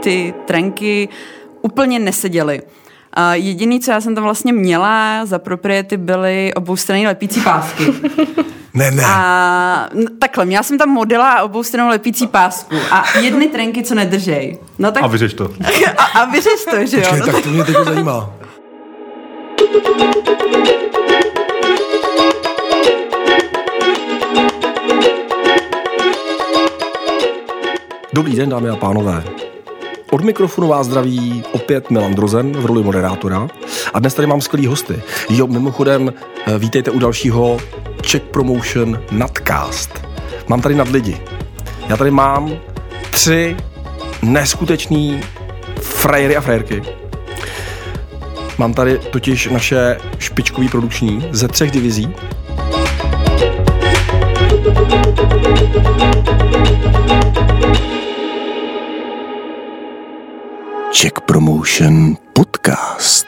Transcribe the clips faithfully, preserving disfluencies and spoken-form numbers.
ty trenky úplně neseděly. Uh, jediný, co já jsem tam vlastně měla za propriety, byly oboustranné lepící pásky. Ne, ne. A no, takhle, měla jsem tam modela a oboustrannou lepící pásku a jedny trenky, co nedržej. No, tak... A vyřeš to. a, a vyřeš to, že jo? Počkej, no, tak to mě teď zajímá. Dobrý den, dámy a pánové. Od mikrofonu vás zdraví opět Milan Drozen v roli moderátora. A dnes tady mám skvělý hosty. Jo, mimochodem, vítejte u dalšího Czech Promotion Nadcast. Mám tady nad lidi. Já tady mám tři neskutečný frajery a frajerky. Mám tady totiž naše špičkový produkční ze třech divizí. Czech Promotion Podcast.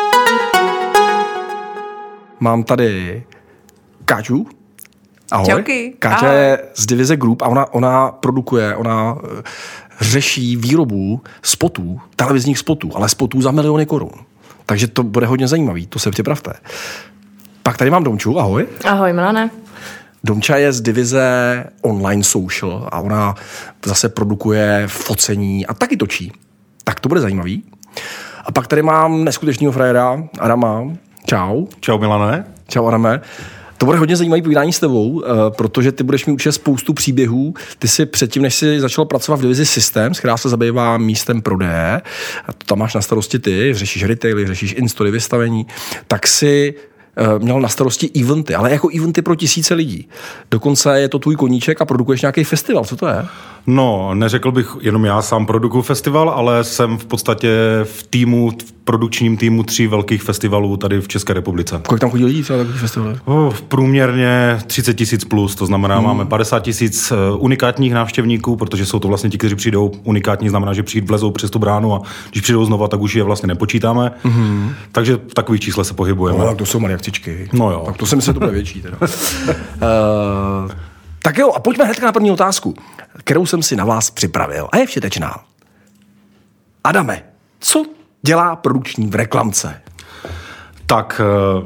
Mám tady Káťu. Ahoj. Čauky. Káťa Ahoj. je z divize Group a ona, ona produkuje, ona řeší výrobu spotů, televizních spotů, ale spotů za miliony korun. Takže to bude hodně zajímavý, to se připravte. Pak tady mám Domču, ahoj. Ahoj, Milane. Domča je z divize Online Social a ona zase produkuje focení a taky točí. Tak to bude zajímavý. A pak tady mám neskutečného frajera, Adama. Čau. Čau, Milane. Čau, Adame. To bude hodně zajímavý povídání s tebou, protože ty budeš mít určitě spoustu příběhů. Ty si předtím, než jsi začal pracovat v divizi Systems, která se zabývá místem prodeje, a to tam máš na starosti ty, řešíš retaily, řešíš in-story vystavení, tak si měl na starosti eventy, ale jako eventy pro tisíce lidí. Dokonce je to tvůj koníček a produkuješ nějaký festival. Co to je? No, neřekl bych jenom já sám produkuju festival, ale jsem v podstatě v týmu, v produkčním týmu tří velkých festivalů tady v České republice. Kolik tam chodí lidí třeba takový festival? Oh, průměrně třicet tisíc plus, to znamená, hmm. máme padesát tisíc unikátních návštěvníků, protože jsou to vlastně ti, kteří přijdou. Unikátní znamená, že přijít vlezou přes tu bránu a když přijdou znova, tak už je vlastně nepočítáme. Hmm. Takže v takových čísle se pohybujeme. No, tak to jsou malé akcičky. No jo. Tak to si myslím, že to bude větší. Teda. uh, tak jo, a pojďme hned na první otázku, kterou jsem si na vás připravil. A je všetečná. Adame, co dělá produkční v reklamce? Tak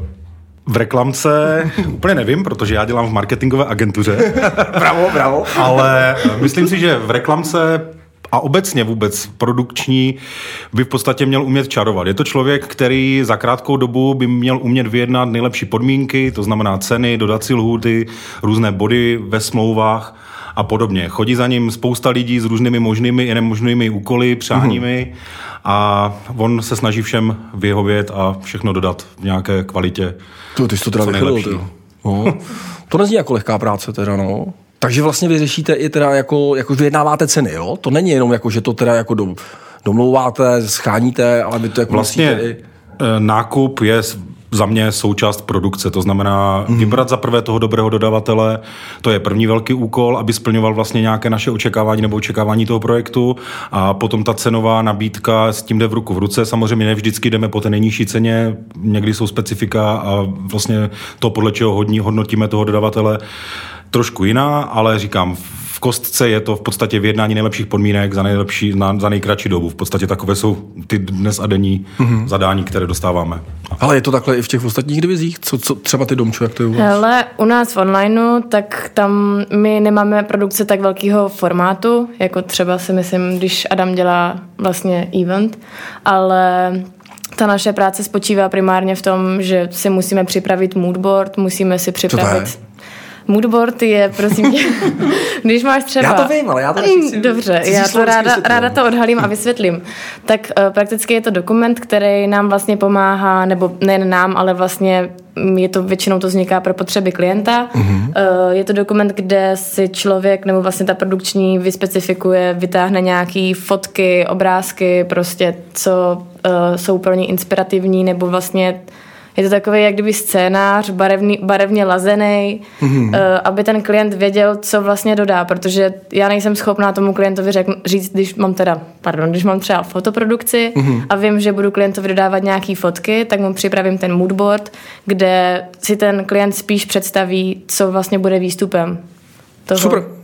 v reklamce úplně nevím, protože já dělám v marketingové agentuře. Bravo, bravo. Ale myslím si, že v reklamce a obecně vůbec produkční by v podstatě měl umět čarovat. Je to člověk, který za krátkou dobu by měl umět vyjednat nejlepší podmínky, to znamená ceny, dodací lhůty, různé body ve smlouvách a podobně. Chodí za ním spousta lidí s různými možnými i nemožnými úkoly, přáními mm. a on se snaží všem vyhovět a všechno dodat v nějaké kvalitě. To, ty jsi to teda vychylil, no. To nezní jako lehká práce teda, no. Takže vlastně vy řešíte i teda jako, jako vyjednáváte ceny, jo? To není jenom jako, že to teda jako dom, domlouváte, scháníte, ale vy to jako vlastně i... nákup je za mě součást produkce, to znamená mm. vybrat za prvé toho dobrého dodavatele, to je první velký úkol, aby splňoval vlastně nějaké naše očekávání nebo očekávání toho projektu a potom ta cenová nabídka s tím jde v ruku v ruce, samozřejmě ne vždycky jdeme po té nejnižší ceně, někdy jsou specifika a vlastně to, podle čeho hodní, hodnotíme toho dodavatele, trošku jiná, ale říkám, v kostce je to v podstatě vyjednání nejlepších podmínek za, nejlepší, na, za nejkratší dobu. V podstatě takové jsou ty dnes a denní mm-hmm. zadání, které dostáváme. Ale je to takhle i v těch ostatních divizích? Co, co třeba ty, Domčo, jak to je u vás? Hele, u nás v onlineu, tak tam my nemáme produkce tak velkého formátu, jako třeba si myslím, když Adam dělá vlastně event, ale ta naše práce spočívá primárně v tom, že si musíme připravit moodboard, musíme si připravit... Moodboard je, prosím tě, když máš třeba... Já to vím, ale já to nechci... Dobře, já to ráda, ráda to odhalím a vysvětlím. Tak uh, prakticky je to dokument, který nám vlastně pomáhá, nebo nejen nám, ale vlastně je to většinou to vzniká pro potřeby klienta. Mm-hmm. Uh, je to dokument, kde si člověk, nebo vlastně ta produkční vyspecifikuje, vytáhne nějaký fotky, obrázky, prostě co uh, jsou pro ně inspirativní, nebo vlastně je to takový, jak kdyby scénář, barevný, barevně lazený, mm-hmm. uh, aby ten klient věděl, co vlastně dodá, protože já nejsem schopná tomu klientovi řek, říct, když mám teda, pardon, když mám třeba fotoprodukci mm-hmm. a vím, že budu klientovi dodávat nějaký fotky, tak mu připravím ten moodboard, kde si ten klient spíš představí, co vlastně bude výstupem toho Super.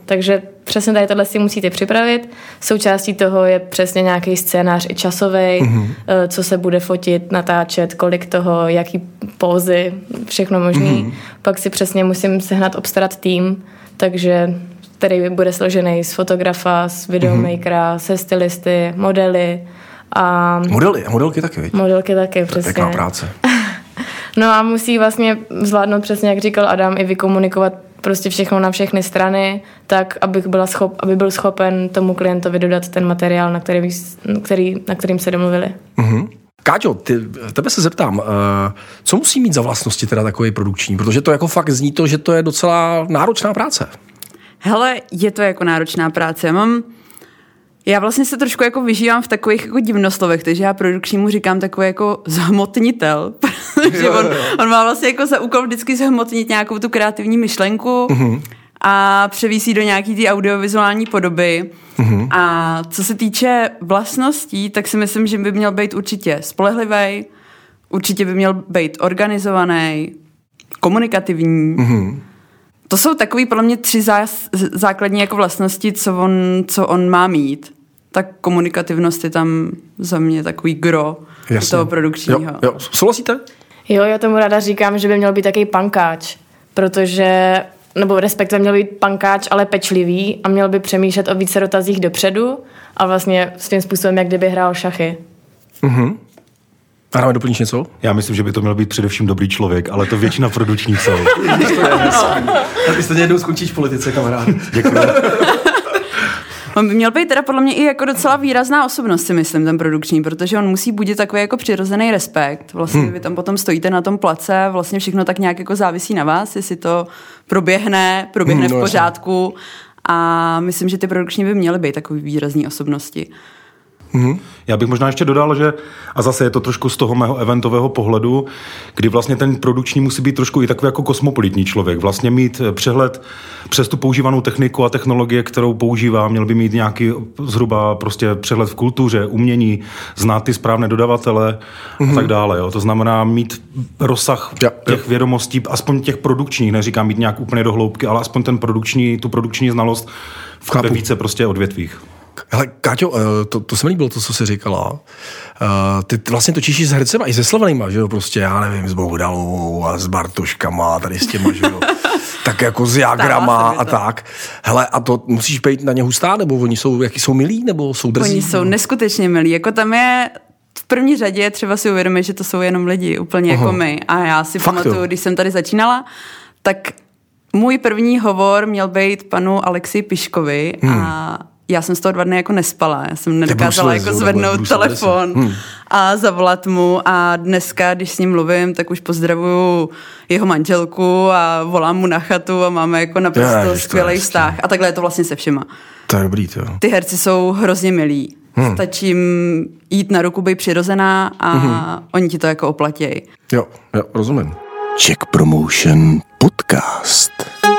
Takže přesně tady tohle si musíte připravit. Součástí toho je přesně nějaký scénář i časový, mm-hmm. co se bude fotit, natáčet, kolik toho, jaký pózy, všechno možný. Mm-hmm. Pak si přesně musím sehnat, obstarat tým, takže který bude složený z fotografa, z videomakera, mm-hmm. se stylisty, modely. A modely, a modelky taky, viď? Modelky taky, přesně. To je pěkná práce. No a musí vlastně zvládnout přesně, jak říkal Adam, i vykomunikovat prostě všechno na všechny strany, tak abych byla schop, aby byl schopen tomu klientovi dodat ten materiál, na, který, který, na kterým se domluvili. Mm-hmm. Káťo, ty, tebe se zeptám, uh, co musí mít za vlastnosti teda takový produkční? Protože to jako fakt zní to, že to je docela náročná práce. Hele, je to jako náročná práce. Já mám Já vlastně se trošku jako vyžívám v takových jako divnoslovech, takže já produkčnímu říkám takový jako zhmotnitel, protože on, on má vlastně jako za úkol vždycky zhmotnit nějakou tu kreativní myšlenku uh-huh. a převísí do nějaký té audiovizuální podoby. Uh-huh. A co se týče vlastností, tak si myslím, že by měl být určitě spolehlivý, určitě by měl být organizovaný, komunikativní. Uh-huh. To jsou takový podle mě tři zás, základní jako vlastnosti, co on, co on má mít. Tak komunikativnost je tam za mě takový gro toho produkčního. Jo, jo. Souhlasíte? Jo, já tomu ráda říkám, že by měl být takový pankáč, protože, nebo respektive měl být pankáč, ale pečlivý a měl by přemýšlet o více dotazích dopředu a vlastně svým způsobem, jak kdyby hrál šachy. Mhm. A dáme doplníš něco? Já myslím, že by to měl být především dobrý člověk, ale to většina produkčních jsou. Tak byste jednou skončíš v politice, kamarád. Děkuji. On by měl být teda podle mě i jako docela výrazná osobnost, si myslím, ten produkční, protože on musí budit takový jako přirozený respekt. Vlastně hmm. vy tam potom stojíte na tom place, vlastně všechno tak nějak jako závisí na vás, jestli to proběhne, proběhne hmm, no v pořádku. A myslím, že ty produkční by měly být takový výrazný osobnosti. Mm-hmm. Já bych možná ještě dodal, že, a zase je to trošku z toho mého eventového pohledu, kdy vlastně ten produkční musí být trošku i takový jako kosmopolitní člověk. Vlastně mít přehled přes tu používanou techniku a technologie, kterou používá, měl by mít nějaký zhruba prostě přehled v kultuře, umění, znát ty správné dodavatele mm-hmm. a tak dále. Jo. To znamená mít rozsah ja, těch ja. vědomostí, aspoň těch produkčních, neříkám mít nějak úplně do hloubky, ale aspoň ten produkční, tu produkční znalost v ve více prostě odvětvích. Hele, Káťo, to, to se mi líbilo, to, co jsi říkala. Ty vlastně točíš i s hercema, i se Slavanýma, že jo, prostě, já nevím, s Bohdalou a s Bartoškama, tady s těma, že jo. Tak jako s Jágrama a tak. Hele, a to musíš být na ně hustá, nebo oni jsou, jaký jsou milí, nebo jsou drzí? Oni jsou neskutečně milí, jako tam je v první řadě třeba si uvědomit, že to jsou jenom lidi, úplně Aha. jako my. A já si Fakt pamatuju, jo. když jsem tady začínala, tak můj první hovor měl být panu Alexi Piškovi hmm. a já jsem z toho dva dny jako nespala. Já jsem nedokázala jako zvednout telefon hmm. a zavolat mu a dneska, když s ním mluvím, tak už pozdravuju jeho manželku a volám mu na chatu a máme jako naprosto skvělý vztah. A takhle je to vlastně se všema. To je dobrý, to. Ty herci jsou hrozně milí. Hmm. Stačí jim jít na ruku, být přirozená a hmm. oni ti to jako oplatějí. Jo, jo, rozumím. Czech Promotion Podcast.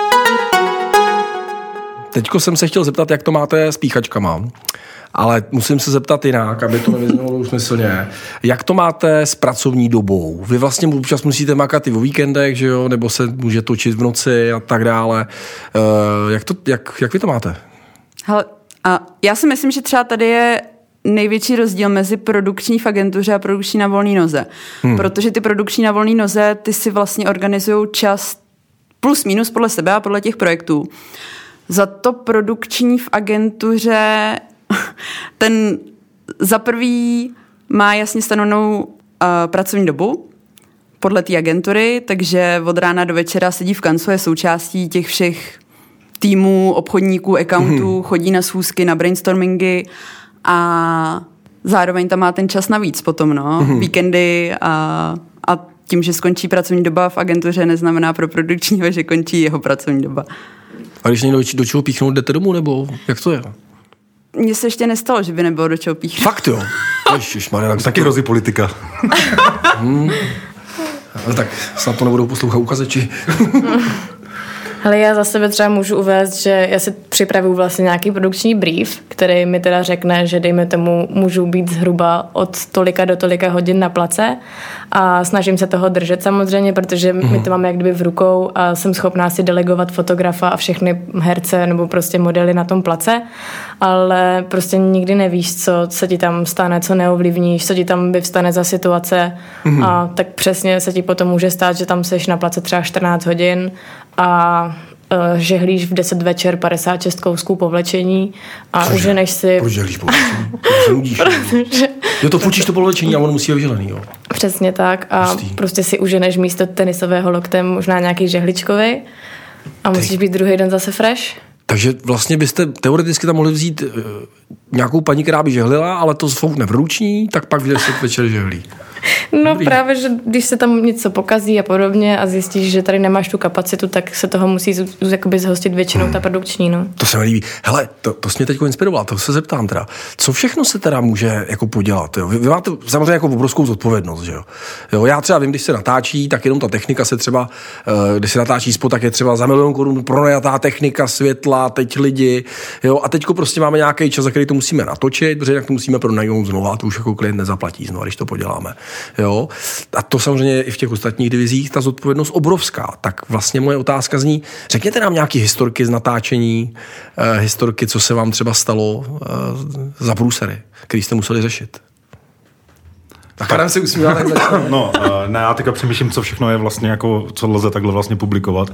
Teďko jsem se chtěl zeptat, jak to máte s píchačkama, ale musím se zeptat jinak, aby to nevyznělo úsmyslně. Jak to máte s pracovní dobou? Vy vlastně občas musíte makat i o víkendech, že jo? Nebo se může točit v noci a tak dále. Uh, jak, to, jak, jak vy to máte? Hele, a já si myslím, že třeba tady je největší rozdíl mezi produkční v agentuře a produkční na volné noze. Hmm. Protože ty produkční na volné noze, ty si vlastně organizují čas plus minus podle sebe a podle těch projektů. Za to produkční v agentuře ten za prvý má jasně stanovenou uh, pracovní dobu podle té agentury, takže od rána do večera sedí v kanclu, je součástí těch všech týmů, obchodníků, accountů, mm. chodí na schůzky, na brainstormingy a zároveň tam má ten čas navíc potom, no, mm. víkendy a, a tím, že skončí pracovní doba v agentuře, neznamená pro produkčního, že končí jeho pracovní doba. A když někdo do čeho píchnout, jdete domů, nebo jak to je? Mně se ještě nestalo, že by nebylo do čeho píchnout. Fakt jo? Ježišmarja, tak taky hrozí politika. hmm. Ale tak snad to nebudou poslouchat uchazeči. Ale já za sebe třeba můžu uvést, že já si připravuju vlastně nějaký produkční brief, který mi teda řekne, že dejme tomu můžu být zhruba od tolika do tolika hodin na place a snažím se toho držet samozřejmě, protože mm. my to máme jak kdyby v rukou a jsem schopná si delegovat fotografa a všechny herce nebo prostě modely na tom place, ale prostě nikdy nevíš, co se ti tam stane, co neovlivníš, co ti tam vyvstane za situace mm. a tak přesně se ti potom může stát, že tam seš na place třeba čtrnáct hodin a žehlíš v deset večer padesát šest kousků povlečení a Cože? uženeš si... Proč žehlíš povlečení? Protože nudíš. Protože... Jo, to fučíš to povlečení a on musí být vyželený, jo? Přesně tak a Pustý. prostě si uženeš místo tenisového loktem možná nějaký žehličkový a musíš Ty. být druhý den zase fresh. Takže vlastně byste teoreticky tam mohli vzít uh, nějakou paní, která by žehlila, ale to zfoukne v ruční, tak pak v deset večer žehlí. No Dobrý. Právě, že když se tam něco pokazí a podobně a zjistíš, že tady nemáš tu kapacitu, tak se toho musí z, z, jakoby zhostit většinou hmm. ta produkční. No. To se mi líbí. Hele, to, to jsi mě teď inspiroval, to se zeptám teda. Co všechno se teda může jako podělat? Jo? Vy, vy máte samozřejmě jako obrovskou zodpovědnost, že jo? jo? Já třeba vím, když se natáčí, tak jenom ta technika se třeba, uh, když se natáčí spot, tak je třeba za milion korun pronajatá technika, světla, teď lidi, jo? A teďko prostě máme nějaký čas, za který to musíme natočit, protože jak to musíme pronajmout znova, to už jako klient nezaplatí znova, když to poděláme. Jo? A to samozřejmě i v těch ostatních divizích ta zodpovědnost obrovská. Tak vlastně moje otázka zní, řekněte nám nějaké historky z natáčení, eh, historky, co se vám třeba stalo eh, za průsery, který jste museli řešit. Tak Karel se usmívá, tak začne. No, uh, ne, já teďka přemýšlím, co všechno je vlastně jako, co lze takhle vlastně publikovat.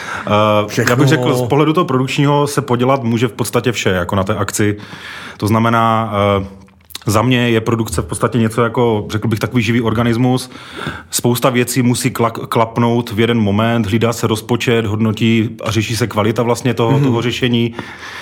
Uh, já bych řekl, z pohledu toho produkčního se podělat může v podstatě vše, jako na té akci. To znamená, uh, za mě je produkce v podstatě něco jako, řekl bych, takový živý organismus. Spousta věcí musí kla- klapnout v jeden moment, hlídá se rozpočet, hodnotí a řeší se kvalita vlastně toho, mm-hmm. toho řešení.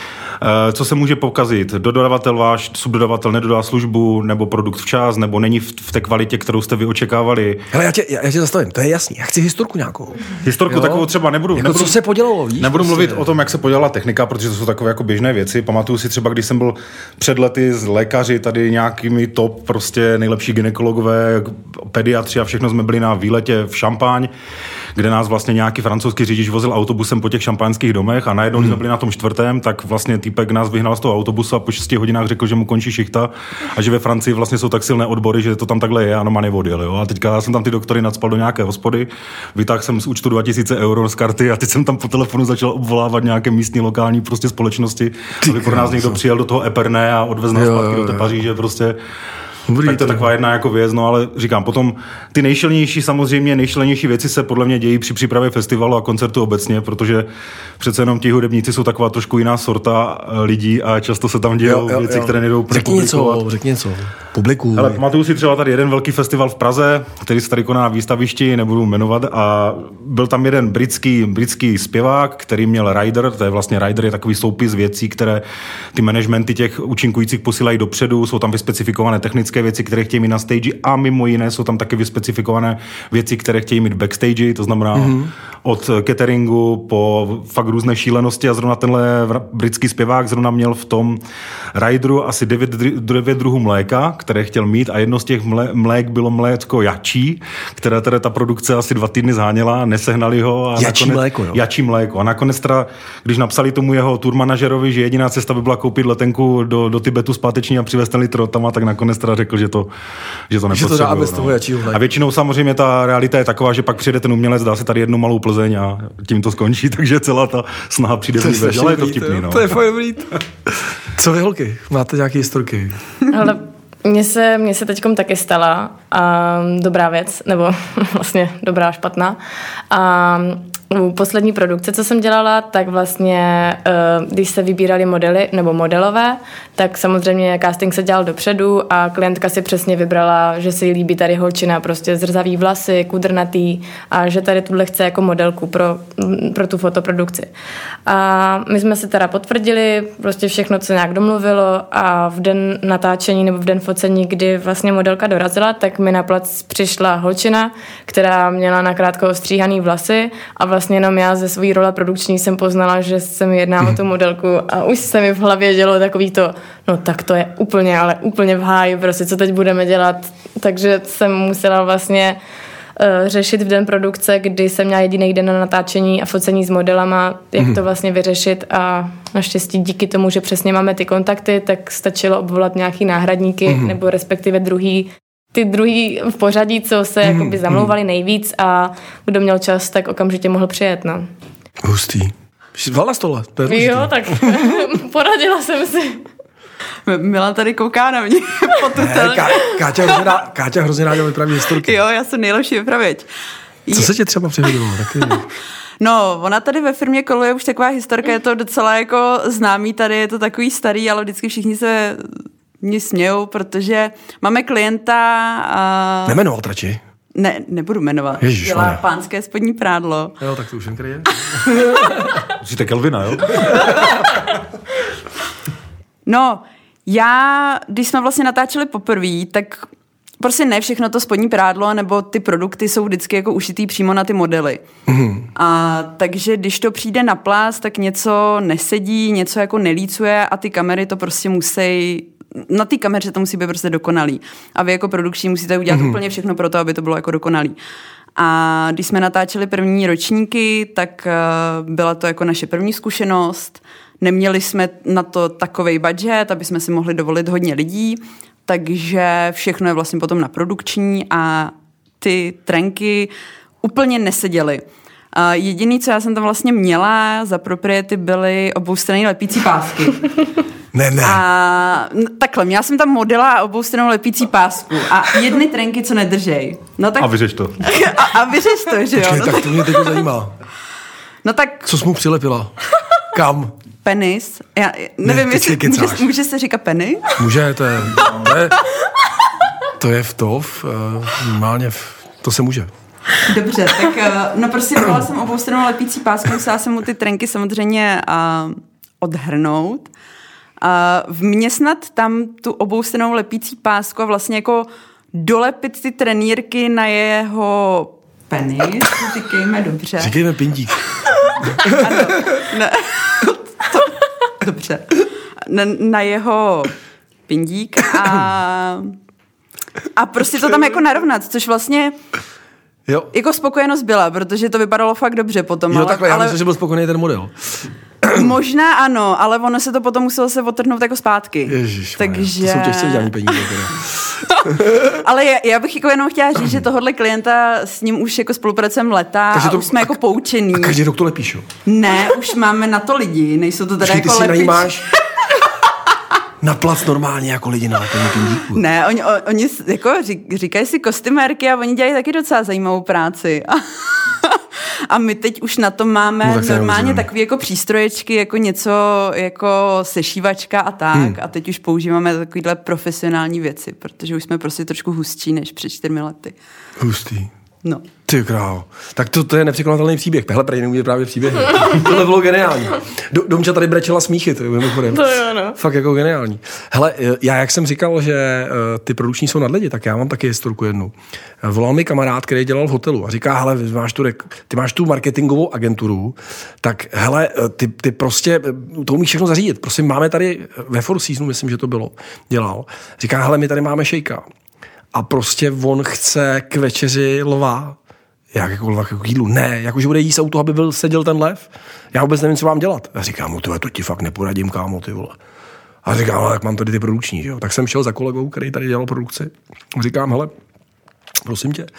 Co se může pokazit? Dodavatel váš, subdodavatel nedodá službu, nebo produkt včas, nebo není v, v té kvalitě, kterou jste vy očekávali. Hele, já tě, já tě zastavím, to je jasný. Já chci historku nějakou. Historku jo? Takovou třeba nebudu. Jako nebudu co se podělalo, víš? Nebudu prostě. mluvit o tom, jak se podělala technika, protože to jsou takové jako běžné věci. Pamatuju si třeba, když jsem byl před lety s lékaři, tady nějakými top, prostě nejlepší gynekologové, pediatři a všechno jsme byli na výletě v Šampaň, kde nás vlastně nějaký francouzský řidič vozil autobusem po těch šampaňských domech a najednou, hmm. když jsme byli na tom čtvrtém, tak vlastně týpek nás vyhnal z toho autobusu a po šesti hodinách řekl, že mu končí šichta a že ve Francii vlastně jsou tak silné odbory, že to tam takhle je a no man odjel, jo. A teďka já jsem tam ty doktory nacpal do nějaké hospody, vytáhl jsem z účtu dva tisíce euro z karty a teď jsem tam po telefonu začal obvolávat nějaké místní lokální prostě společnosti, ty aby pro nás někdo přijel do toho Epernay a odvez nás zpátky do té Paříže prostě. Dobrý, tak to je taková jedna jako věc, no ale říkám, potom ty nejšilnější samozřejmě, nejšilnější věci se podle mě dějí při přípravě festivalu a koncertu obecně, protože přece jenom ti hudebníci jsou taková trošku jiná sorta lidí a často se tam dějou jo, jo, věci, jo. které nejdou řekni něco, řekni něco, publikuj. Ale pamatuju si třeba tady jeden velký festival v Praze, který se tady koná na výstavišti, nebudu jmenovat, a byl tam jeden britský, britský zpěvák, který měl rider, to je vlastně rider, je takový soupis věcí, které ty managementy těch účinkujících posílají dopředu, jsou tam vyspecifikované technické věci, které chtějí mít na stage a mimo jiné jsou tam taky vyspecifikované věci, které chtějí mít backstage, to znamená mm-hmm. od cateringu po fakt různé šílenosti a zrovna tenhle britský zpěvák zrovna měl v tom rideru asi devět, devět druhů mléka, které chtěl mít a jedno z těch mlé, mlék bylo mléčko jačí, které teda ta produkce asi dva týdny zháněla, nesehnali ho. A jačí nakonec, mléko, jo? Jačí mléko. A nakonec teda, když napsali tomu jeho tourmanažerovi, že jediná cesta by byla koupit letenku do, do Tibetu zpáteční a přivést ten litr tam, tak nakonec teda řekl, že to, že to nepotřebuje. No. A většinou samozřejmě ta realita je taková, že pak přijde ten umělec, dá se tady jednu malou Plzeň a tím to skončí, takže celá ta snaha přijde v ale je to vtipný. No. To je fajn brít. Co vy, holky? Máte nějaké historky? Ale mně se, mně se teďkom taky stala um, dobrá věc, nebo vlastně dobrá a špatná. Um, u poslední produkce, co jsem dělala, tak vlastně, uh, když se vybírali modely nebo modelové, tak samozřejmě casting se dělal dopředu a klientka si přesně vybrala, že si jí líbí tady holčina, prostě zrzavý vlasy, kudrnatý a že tady tuhle chce jako modelku pro, pro tu fotoprodukci. A my jsme se teda potvrdili, prostě všechno, co nějak domluvilo a v den natáčení nebo v den focení, kdy vlastně modelka dorazila, tak mi na plac přišla holčina, která měla nakrátko ostříhaný vlasy a vlastně jenom já ze své role produkční jsem poznala, že se mi jedná o tu modelku a už se mi v hlavě dělo takový to, no tak to je úplně, ale úplně v háji, prostě co teď budeme dělat. Takže jsem musela vlastně řešit v den produkce, kdy jsem měla jediný den na natáčení a focení s modelama, jak mm. to vlastně vyřešit a naštěstí díky tomu, že přesně máme ty kontakty, tak stačilo obvolat nějaký náhradníky mm. nebo respektive druhý, ty druhý v pořadí, co se mm. jakoby zamlouvali nejvíc a kdo měl čas, tak okamžitě mohl přijet. No. Hustý. Vala stole, to je jo, tak poradila jsem si. Milan tady kouká na mě. Ne, Ká, Káťa, hrozně rád, Káťa hrozně ráda vypraví historky. Jo, já jsem nejlepší vypravěč. Co se tě třeba přihodilo? Taky... No, ona tady ve firmě koluje už taková historka, je to docela jako známý tady, je to takový starý, ale vždycky všichni se mě smějou, protože máme klienta... A... Nemenoval trači? Ne, nebudu jmenovat. Ježiš, dělá pánské spodní prádlo. Jo, tak to už jen kryje. Musíte Kelvina, jo? No, já, když jsme vlastně natáčeli poprvé, tak prostě ne všechno to spodní prádlo nebo ty produkty jsou vždycky jako ušitý přímo na ty modely. Mm. A takže když to přijde na plás, tak něco nesedí, něco jako nelícuje a ty kamery to prostě musí, na té kameře to musí být prostě dokonalý. A vy jako produkční musíte udělat mm. úplně všechno pro to, aby to bylo jako dokonalý. A když jsme natáčeli první ročníky, tak uh, byla to jako naše první zkušenost. Neměli jsme na to takovej budget, aby jsme si mohli dovolit hodně lidí, takže všechno je vlastně potom na produkční a ty trenky úplně neseděly. Uh, jediný, co já jsem tam vlastně měla za propriety, byly oboustranné lepící pásky. Ne, ne. A takhle, měla jsem tam modela a oboustrannou lepící pásku a jedny trenky, co nedržej. No tak... A vyřeš to. A, a vyřeš to, že jo? Počkej, no tak tak... to mě teď zajímá. No tak... Co jsi mu přilepila? Kam? Penis. Já nevím, ne, jestli může, může se říkat penny? Může, to je... To je, to je v to, v, normálně v, to se může. Dobře, tak no prostě dala jsem oboustrannou lepící pásku, musela jsem mu ty trenky samozřejmě uh, odhrnout. Uh, v mě snad tam tu oboustrannou lepící pásku a vlastně jako dolepit ty trenýrky na jeho penis, říkejme dobře. Říkejme pindík. Ano, ne, to, dobře. Na, na jeho pindík a, a prostě to tam jako narovnat, což vlastně jo. Jako spokojenost byla, protože to vypadalo fakt dobře potom. Jo, ale, takhle, já ale, myslím, že byl spokojený ten model. Možná ano, ale ono se to potom muselo se otrhnout jako zpátky. Ježiš, takže... to jsou těžce vydělaný peníze. Ale já, já bych jako jenom chtěla říct, že tohohle klienta s ním už jako spolupracujeme leta a to, už jsme a, jako poučený. A každý rok to lepíš, jo? Ne, už máme na to lidi, nejsou to teda Počkej, jako lepič. Ty si najímáš na plac normálně jako lidi na lepení pindíku. Ne, oni, oni jako řík, říkají si kostymérky a oni dělají taky docela zajímavou práci. A my teď už na tom máme no, tak normálně takový jako přístroječky, jako něco jako sešívačka a tak. Hmm. A teď už používáme takovýhle profesionální věci, protože už jsme prostě trošku hustší než před čtyřmi lety. Hustý. No. Ty krávo. Tak to, to je nepřekonatelný příběh. Tahle prej nemůže právě příběh. Tohle bylo geniální. Do, Domča tady brečela smíchy. To, je to jo, no. Fakt jako geniální. Hele, já jak jsem říkal, že uh, ty produkční jsou nad lidi, tak já mám taky historku jednu. Volal mi kamarád, který dělal v hotelu a říká, hele, máš tu, ty máš tu marketingovou agenturu, tak hele, ty, ty prostě to umíš všechno zařídit. Prosím, máme tady ve Four Seasonu, myslím, že to bylo, dělal. Říká, hele, my tady máme šejka. A prostě on chce k večeři lva. Jak jako lva k jídlu? Ne, jakože bude jíst auto, aby byl seděl ten lev. Já vůbec nevím, co mám dělat. A říkám mu, to ti fakt neporadím, kámo, ty vole. A říkám, ale jak mám tady ty produkční, že jo? Tak jsem šel za kolegou, který tady dělal produkci. Říkám, hele, prosím tě,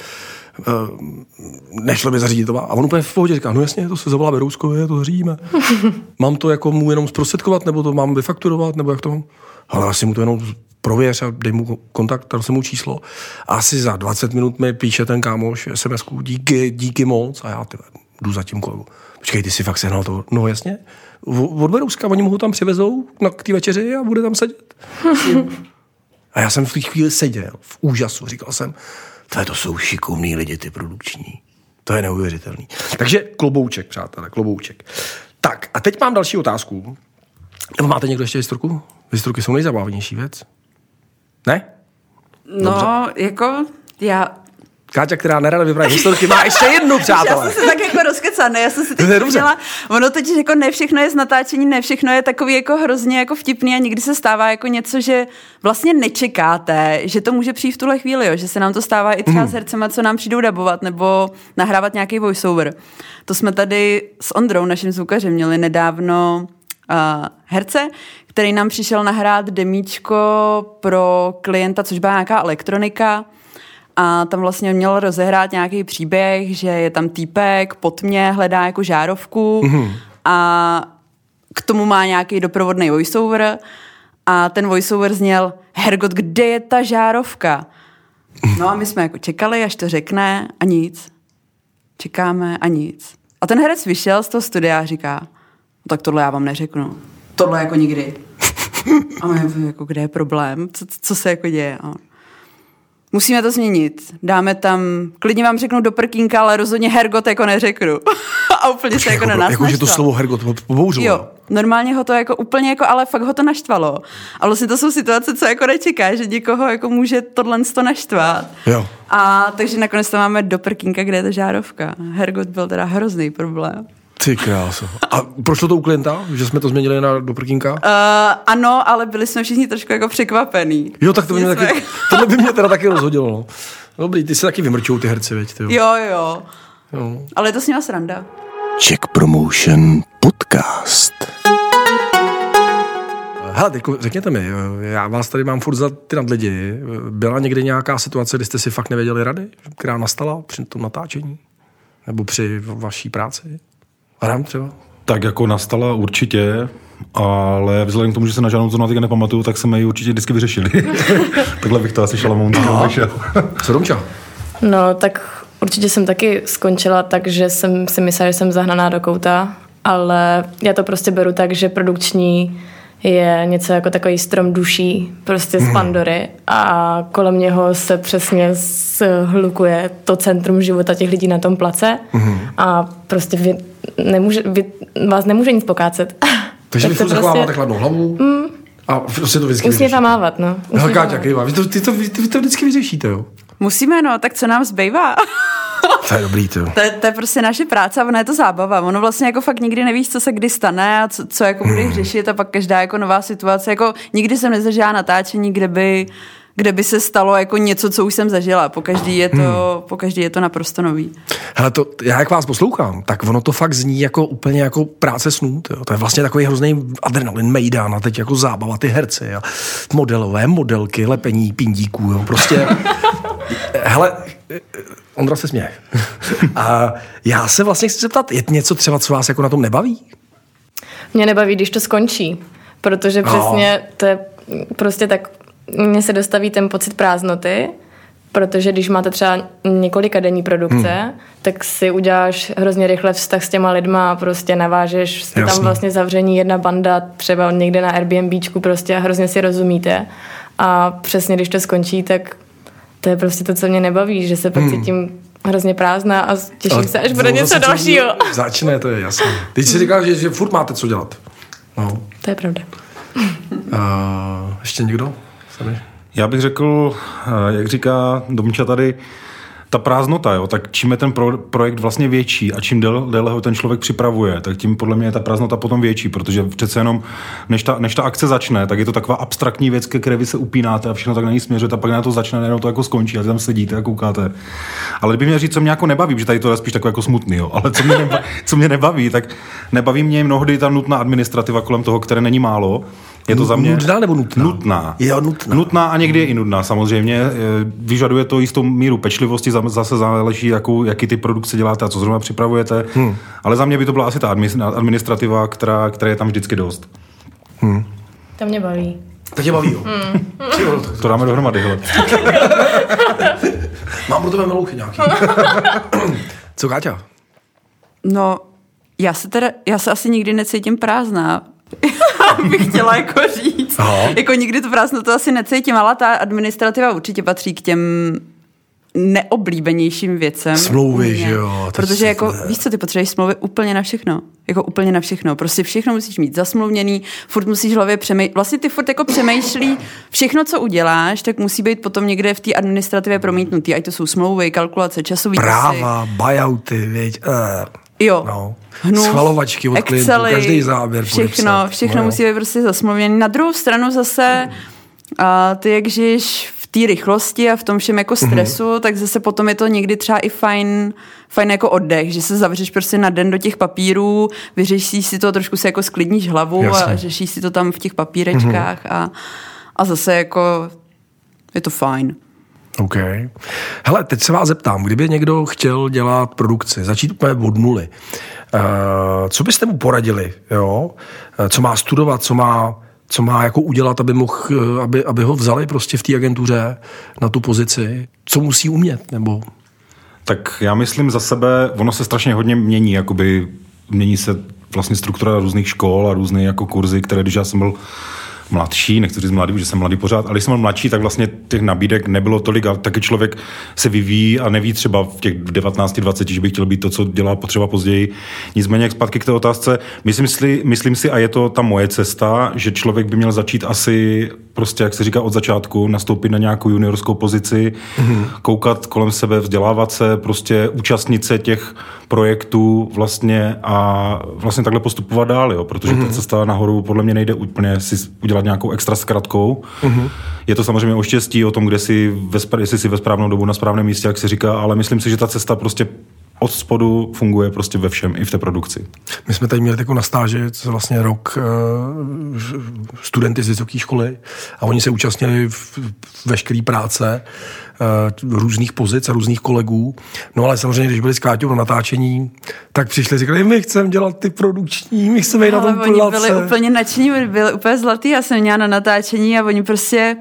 nešlo by zařídit to. A on úplně v pohodě říká, no jasně, to se zavolá Berouskově, to zařídíme. Mám to jako mu jenom zprostředkovat, nebo to mám vyfakturovat, nebo jak to mám? Ale asi mu to jenom prověř a dej mu kontakt, dal jsem mu číslo. A asi za dvacet minut mi píše ten kámoš es em esku, díky, díky moc. A já tyhle, jdu za tím kolegu. Počkej, ty si fakt sehnal to? No jasně. Od Berouska, oni mu ho tam přivezou na, k té večeři a bude tam sedět. A já jsem v té chvíli seděl v úžasu. Říkal jsem, to jsou šikovní lidi, ty produkční. To je neuvěřitelný. Takže klobouček, přátelé, klobouček. Tak a teď mám další otázku. Nebo máte někdo ještě historku? Historky jsou nejzabavnější věc. Ne? No, dobře. Jako já Káťa, která nerada vypráví historky, má ještě jednu, přátelé. Já jsem se tak jako rozkecaná, já jsem si teď vzpomněla, ono totiž jako ne všechno je z natáčení, ne všechno je takový jako hrozně jako vtipný a někdy se stává jako něco, že vlastně nečekáte, že to může přijít v tuhle chvíli, jo, že se nám to stává i třeba s hercema, co nám přijdou dabovat nebo nahrávat nějaký voiceover. To jsme tady s Ondrou, naším zvukařem, měli nedávno uh, herce, který nám přišel nahrát demíčko pro klienta, což byla nějaká elektronika. A tam vlastně měl rozehrát nějaký příběh, že je tam týpek, po tmě hledá jako žárovku mm-hmm. a k tomu má nějaký doprovodný voiceover a ten voiceover zněl: Hergot, kde je ta žárovka? No a my jsme jako čekali, až to řekne a nic. Čekáme a nic. A ten herec vyšel z toho studia a říká: no, tak tohle já vám neřeknu. Tohle jako nikdy. A my jako, kde je problém? Co, co se jako děje? A musíme to změnit. Dáme tam, klidně vám řeknu do prkínka, ale rozhodně Hergot jako neřeknu. A úplně Počkej, se jako, jako na nás jako, že to slovo Hergot pobouřilo. Jo, normálně ho to jako úplně jako, ale fakt ho to naštvalo. A vlastně to jsou situace, co jako nečeká, že někoho jako může tohle to naštvat. Jo. A takže nakonec to máme do prkínka, kde je ta žárovka. Hergot byl teda hrozný problém. Ty kráso. A prošlo to u klienta, že jsme to změnili na do prkínka? Uh, ano, ale byli jsme všichni trošku jako překvapení. Jo, tak to by mě taky, tohle by mě teda taky rozhodilo. No. Dobrý, ty se taky vymrčou ty herci, veď? Ty jo. jo, jo. Jo. Ale je to s nima sranda. Czech Promotion Podcast. Hele, jako řekněte mi, já vás tady mám furt za ty nadlidi. Byla někdy nějaká situace, kdy jste si fakt nevěděli rady, která nastala při tom natáčení? Nebo při vaší práci? Hram třeba? Tak jako nastala určitě, ale vzhledem k tomu, že se na žádnou zónu nepamatuju, tak jsme ji určitě vždycky vyřešili. Takhle bych to asi šalamounský vyšel. Co Domča? No, tak určitě jsem taky skončila, takže jsem si myslela, že jsem zahnaná do kouta, ale já to prostě beru tak, že produkční je něco jako takový strom duší, prostě z Pandory a kolem něho se přesně shlukuje to centrum života těch lidí na tom place a prostě vy nemůže, vy, vás nemůže nic pokácet. Takže vy furt prostě zachováváte chladnou hlavu mm, a prostě to vždycky vyřešíte. Usměv a mávat, no. Hele, Káťa, kývá, vy to, ty to, vy, vy to vždycky vyřešíte, jo? Musíme, no, tak co nám zbývá? To je dobrý, to. To je, to je prostě naše práce a ono je to zábava. Ono vlastně jako fakt nikdy nevíš, co se kdy stane a co, co jako budeš hmm. řešit a pak každá jako nová situace. Jako nikdy jsem nezažila natáčení, kde by, kde by se stalo jako něco, co už jsem zažila. Pokaždý je to, hmm. pokaždý je to naprosto nový. Hele, to, já jak vás poslouchám, tak ono to fakt zní jako úplně jako práce snů. To, to je vlastně takový hrozný adrenalin, mejdán a teď jako zábava, ty herci a modelové, modelky, lepení pindíků, jo, prostě... Hele, Ondra se směje. A já se vlastně chci zeptat, je něco třeba, co vás jako na tom nebaví? Mě nebaví, když to skončí, protože přesně to je prostě tak, mně se dostaví ten pocit prázdnoty, protože když máte třeba několika denní produkce, hmm. tak si uděláš hrozně rychle vztah s těma lidma a prostě navážeš, jste tam vlastně zavření jedna banda, třeba někde na Airbnbčku prostě a hrozně si rozumíte. A přesně když to skončí, tak to je prostě to, co mě nebaví, že se pak hmm. cítím hrozně prázdná a těším ale se, až bude něco dalšího. Začne, to je jasné. Teď si říkal, že, že furt máte co dělat. No. To je pravda. Uh, ještě někdo? Sorry. Já bych řekl, jak říká Domča tady, ta prázdnota, jo, tak čím je ten pro, projekt vlastně větší a čím déle, déle ho ten člověk připravuje, tak tím podle mě je ta prázdnota potom větší, protože přece jenom, než ta, než ta akce začne, tak je to taková abstraktní věc, ke které vy se upínáte a všechno tak na ní směřujete a pak na to začne, najednou to jako skončí a ty tam sedíte a koukáte. Ale kdyby mě říct, co mě jako nebaví, že tady to je spíš takové jako smutný, jo, ale co mě, nebaví, co mě nebaví, tak nebaví mě mnohdy ta nutná administrativa kolem toho, které není málo. Je to za mě nutná nebo nutná? Nutná. Jo, nutná. Nutná a někdy je i nudná, samozřejmě. Vyžaduje to jistou míru pečlivosti, zase záleží, jakou, jaký ty produkce děláte a co zrovna připravujete. Hmm. Ale za mě by to byla asi ta administrativa, která, která je tam vždycky dost. Hmm. To mě baví. To tě baví, jo? Hmm. To dáme dohromady, hele. Mám pro tebe melouchy nějaký. Co, Káťa? No, já se teda, já se asi nikdy necítím prázdná. bych chtěla jako říct. Aha. Jako nikdy tu prázdnotu asi necítím, ale ta administrativa určitě patří k těm neoblíbenějším věcem. Smlouvy, že jo. Protože jako, víš co, ty potřebuješ smlouvy úplně na všechno. Jako úplně na všechno. Prostě všechno musíš mít zasmluvněný, furt musíš v hlavě přemýšlet. Vlastně ty furt jako přemýšlí, všechno, co uděláš, tak musí být potom někde v té administrativě promítnutý. Ať to jsou smlouvy, kalkulace, časový práva, buyouty, viď. Uh, jo. No. Hnu, schvalovačky od Excely, klientů, každý záběr všechno, podepsat. všechno no, musí být prostě zasmluvněný. Na druhou stranu zase a ty, jak žiješ v té rychlosti a v tom všem jako stresu, mm-hmm. tak zase potom je to někdy třeba i fajn, fajn jako oddech, že se zavřeš prostě na den do těch papírů, vyřešíš si to, trošku se jako sklidníš hlavu Jasně. a řešíš si to tam v těch papírečkách mm-hmm. a, a zase jako je to fajn. OK. Hele, teď se vás zeptám, kdyby někdo chtěl dělat produkci, začít úplně od nuly, uh, co byste mu poradili, jo? Uh, co má studovat, co má co má jako udělat, aby, mohl, aby, aby ho vzali prostě v té agentuře na tu pozici? Co musí umět? Nebo... Tak já myslím za sebe, ono se strašně hodně mění, jakoby mění se vlastně struktura různých škol a různé jako kurzy, které když já jsem byl mladší, nechci říct mladý, protože jsem mladý pořád, ale když jsem byl mladší, tak vlastně těch nabídek nebylo tolik a taky člověk se vyvíjí a neví třeba v těch devatenácti dvaceti, že by chtěl být to, co dělá potřeba později. Nicméně jak zpátky k té otázce, myslím si, myslím si, a je to ta moje cesta, že člověk by měl začít asi prostě, jak se říká, od začátku, nastoupit na nějakou juniorskou pozici, mm-hmm. koukat kolem sebe, vzdělávat se, prostě účastnit se těch projektů vlastně a vlastně takhle postupovat dál, jo, protože mm-hmm. ta cesta nahoru podle mě nejde úplně si udělat nějakou extra zkratkou. Mm-hmm. Je to samozřejmě o štěstí, o tom, kde si ve, jestli si ve správnou dobu na správném místě, jak se říká, ale myslím si, že ta cesta prostě od spodu funguje prostě ve všem, i v té produkci. My jsme tady měli takovou na stáži, co vlastně rok uh, studenty z vysoké školy a oni se účastnili v veškeré práce uh, různých pozic a různých kolegů. No ale samozřejmě, když byli s Káťou na natáčení, tak přišli a říkali, my chceme dělat ty produkční, my chceme jít na tom place. Oni byli úplně nadšení, byli úplně zlatý, já jsem měla na natáčení a oni prostě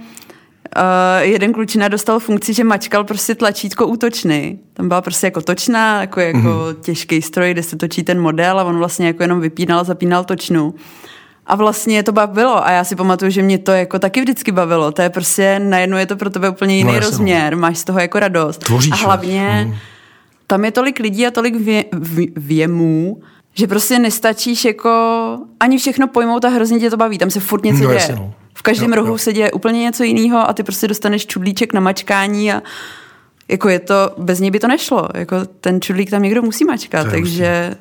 Uh, jeden klučina dostal funkci, že mačkal prostě tlačítko útočný. Tam byla prostě jako točná, jako, jako mm-hmm. těžký stroj, kde se točí ten model a on vlastně jako jenom vypínal a zapínal točnu. A vlastně to bavilo a já si pamatuju, že mě to jako taky vždycky bavilo. To je prostě, najednou je to pro tebe úplně jiný no, rozměr, máš z toho jako radost. Tvoříš, a hlavně mm. tam je tolik lidí a tolik vě, vě, věmů, že prostě nestačíš jako ani všechno pojmout a hrozně tě to baví. Tam se furt něco no, děje. Jasně, no. V každém jo, rohu jo. se děje úplně něco jiného a ty prostě dostaneš čudlíček na mačkání a jako je to, bez něj by to nešlo. Jako ten čudlík tam někdo musí mačkat, takže...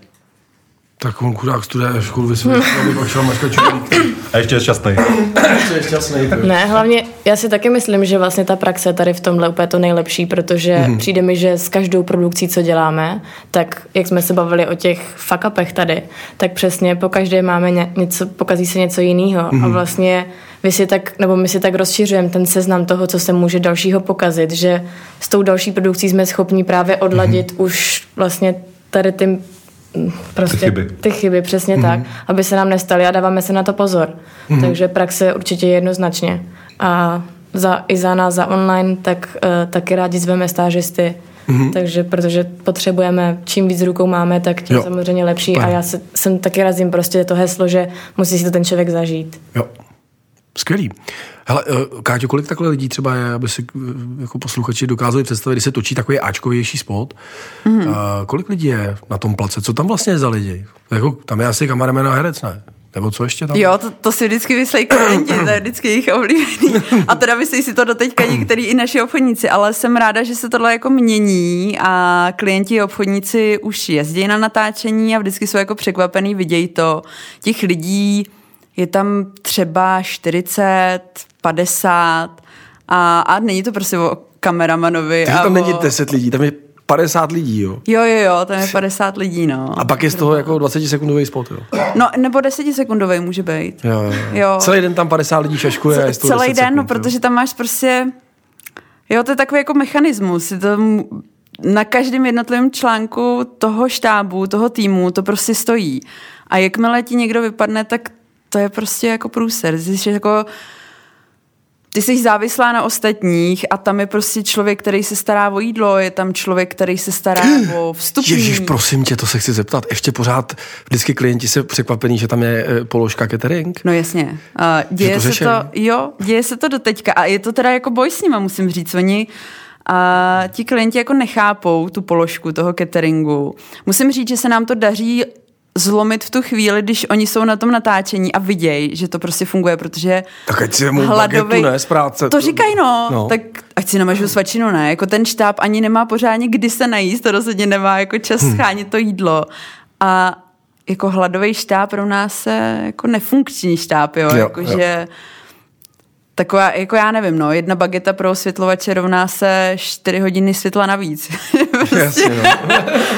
Tak on chudák studuje školu vysvětlil, aby pak šel mačkat čudlík. A ještě je šťastný. ještě je šťastný. Ne, hlavně já si taky myslím, že vlastně ta praxe tady v tomhle úplně to nejlepší, protože mm-hmm. přijde mi, že s každou produkcí, co děláme, tak jak jsme se bavili o těch fuck upech tady, tak přesně po každé máme něco, pokazí se něco jiného mm-hmm. a vlastně vy si tak, nebo my si tak rozšiřujeme ten seznam toho, co se může dalšího pokazit, že s tou další produkcí jsme schopni právě odladit mm-hmm. už vlastně tady tím prostě ty chyby, ty chyby přesně mm-hmm. tak, aby se nám nestaly a dáváme se na to pozor. Mm-hmm. Takže praxe určitě jednoznačně. A za, i za nás, za online, tak uh, taky rádi zveme stážisty. Mm-hmm. Takže, protože potřebujeme, čím víc rukou máme, tak tím jo. samozřejmě lepší. Pane. A já se, jsem taky razím prostě to heslo, že musí si to ten člověk zažít. Jo. Skvělý. Hele, Káťo, kolik takhle lidí třeba je, aby si jako posluchači dokázali představit, když se točí takový áčkovější spot, mm-hmm. uh, kolik lidí je na tom place? Co tam vlastně je za lidi? Jako, tam je asi kameraman a herec, ne? Nebo co ještě tam? Jo, to, to si vždycky myslí klienti, to je vždycky jejich oblíbený. A teda myslí si to doteďka některý i naši obchodníci, ale jsem ráda, že se tohle jako mění a klienti a obchodníci už jezdí na natáčení a vždycky jsou jako překvapený, vidějí to. Těch lidí je tam třeba čtyřicet, padesát a, a není to prostě o kameramanovi. Takže tam o... není deset lidí, tam je padesát lidí, jo? Jo, jo, jo, tam je padesát lidí, no. A pak je z toho jako dvacetisekundový spot, jo? No, nebo desetisekundový může být. Jo, jo. jo. Celý den tam padesát lidí šaškuje. C- celý den, sekund, no, protože tam máš prostě... Jo, to je takový jako mechanismus. Je to na každém jednotlivém článku toho štábu, toho týmu, to prostě stojí. A jakmile ti někdo vypadne, tak to je prostě jako průser. Jsi jako, ty jsi závislá na ostatních a tam je prostě člověk, který se stará o jídlo, je tam člověk, který se stará o vstupní. Ježíš, prosím tě, to se chci zeptat. Ještě pořád vždycky klienti se překvapení, že tam je položka catering? No jasně. Uh, děje to se to, jo, děje se to doteďka a je to teda jako boj s nima, musím říct. Oni a ti klienti jako nechápou tu položku toho cateringu. Musím říct, že se nám to daří zlomit v tu chvíli, když oni jsou na tom natáčení a vidějí, že to prostě funguje, protože tak ať si mu hladovej... bagetu, ne, z práce. To říkají, no, no. Tak ať si namažu svačinu, ne, jako ten štáb ani nemá pořádně kdy se najíst, to rozhodně nemá jako čas hmm. schánit to jídlo a jako hladový štáb pro nás je jako nefunkční štáb, jo, jo jakože taková, jako já nevím, no, jedna bageta pro osvětlovače rovná se čtyři hodiny světla navíc. prostě. Jasně, no.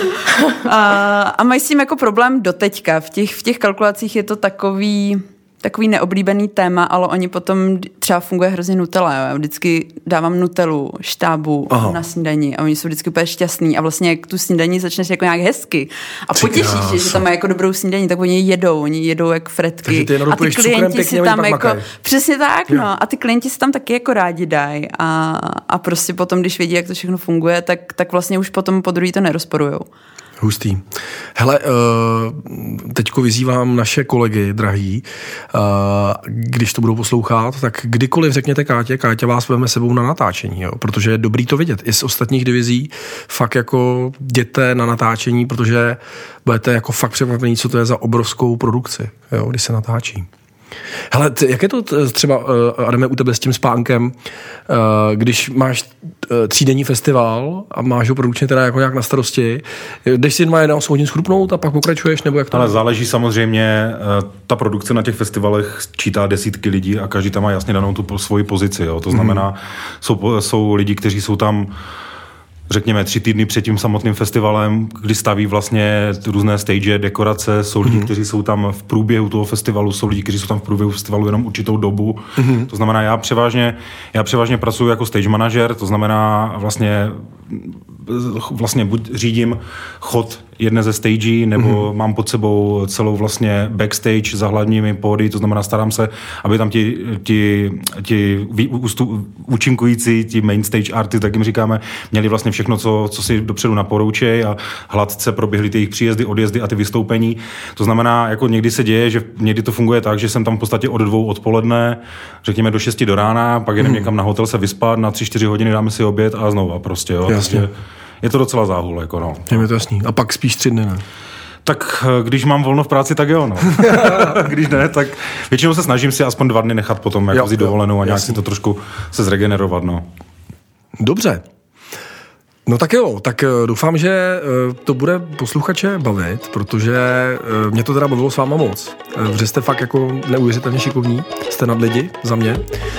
a, a mají s tím jako problém doteďka. V těch, v těch kalkulacích je to takový, takový neoblíbený téma, ale oni potom třeba funguje hrozně Nutella. Jo. Já vždycky dávám Nutellu štábu Aha. na snídani a oni jsou vždycky úplně šťastní a vlastně jak tu snídaní začneš jako nějak hezky a potěšíš, že, že tam mají jako dobrou snídaní, tak oni jedou, oni jedou jak fretky. A ty klienti si tam jako, přesně tak, jo. no, a ty klienti si tam taky jako rádi dají a, a prostě potom, když vidí, jak to všechno funguje, tak, tak vlastně už potom po druhý to nerozporujou. Hustý. Hele, teďko vyzývám naše kolegy, drahý, když to budou poslouchat, tak kdykoliv řekněte Kátě, Kátě vás veme sebou na natáčení, jo? Protože je dobrý to vidět. I z ostatních divizí fakt jako jděte na natáčení, protože budete jako fakt překvapení, co to je za obrovskou produkci, jo? Když se natáčí. Hele, t- jak je to t- třeba, uh, Adame, u tebe s tím spánkem, uh, když máš uh, třídenní festival a máš ho produkčně teda jako nějak na starosti, jdeš si jen na osm hodin schrupnout a pak pokračuješ, nebo jak to? Ale záleží samozřejmě, uh, ta produkce na těch festivalech čítá desítky lidí a každý tam má jasně danou tu po, svoji pozici, jo. To znamená, mm. jsou, jsou lidi, kteří jsou tam řekněme tři týdny před tím samotným festivalem, kdy staví vlastně různé stage, dekorace, jsou lidi, mm-hmm. kteří jsou tam v průběhu toho festivalu, jsou lidi, kteří jsou tam v průběhu festivalu jenom určitou dobu. Mm-hmm. To znamená, já převážně, já převážně pracuji jako stage manažer, to znamená vlastně, vlastně buď řídím chod jedné ze stagí, nebo mm-hmm. mám pod sebou celou vlastně backstage za hlavními pódy, to znamená, starám se, aby tam ti, ti, ti účinkující, ti main stage artists, tak jim říkáme, měli vlastně všechno, co, co si dopředu naporoučejí a hladce proběhly ty jejich příjezdy, odjezdy a ty vystoupení. To znamená, jako někdy se děje, že někdy to funguje tak, že jsem tam v podstatě od dvou odpoledne, řekněme do šesti do rána, pak jdem mm. někam na hotel se vyspat, na tři, čtyři hodiny dáme si oběd a znova prostě, jo. Jasně. Je to docela záhul, jako no. Je mi to jasný. A pak spíš tři dny, ne? Tak když mám volno v práci, tak jo, no. Když ne, tak většinou se snažím si aspoň dva dny nechat potom jako vzít dovolenou a nějak si to trošku se zregenerovat, no. Dobře. No tak jo, tak doufám, že to bude posluchače bavit, protože mě to teda bavilo s váma moc. Že jste fakt jako neuvěřitelně šikovní, jste nad lidi za mě.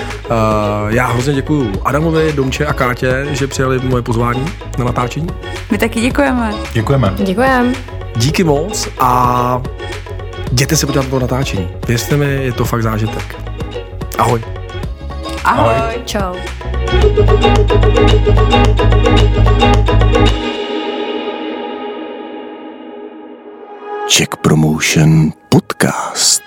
Já hrozně děkuju Adamovi, Domče a Kátě, že přijali moje pozvání na natáčení. My taky děkujeme. Děkujeme. Děkujeme. Díky moc a jděte se podívat na to natáčení. Věřte mi, je to fakt zážitek. Ahoj. Ahoj. Ahoj. Čau. Czech Promotion Podcast.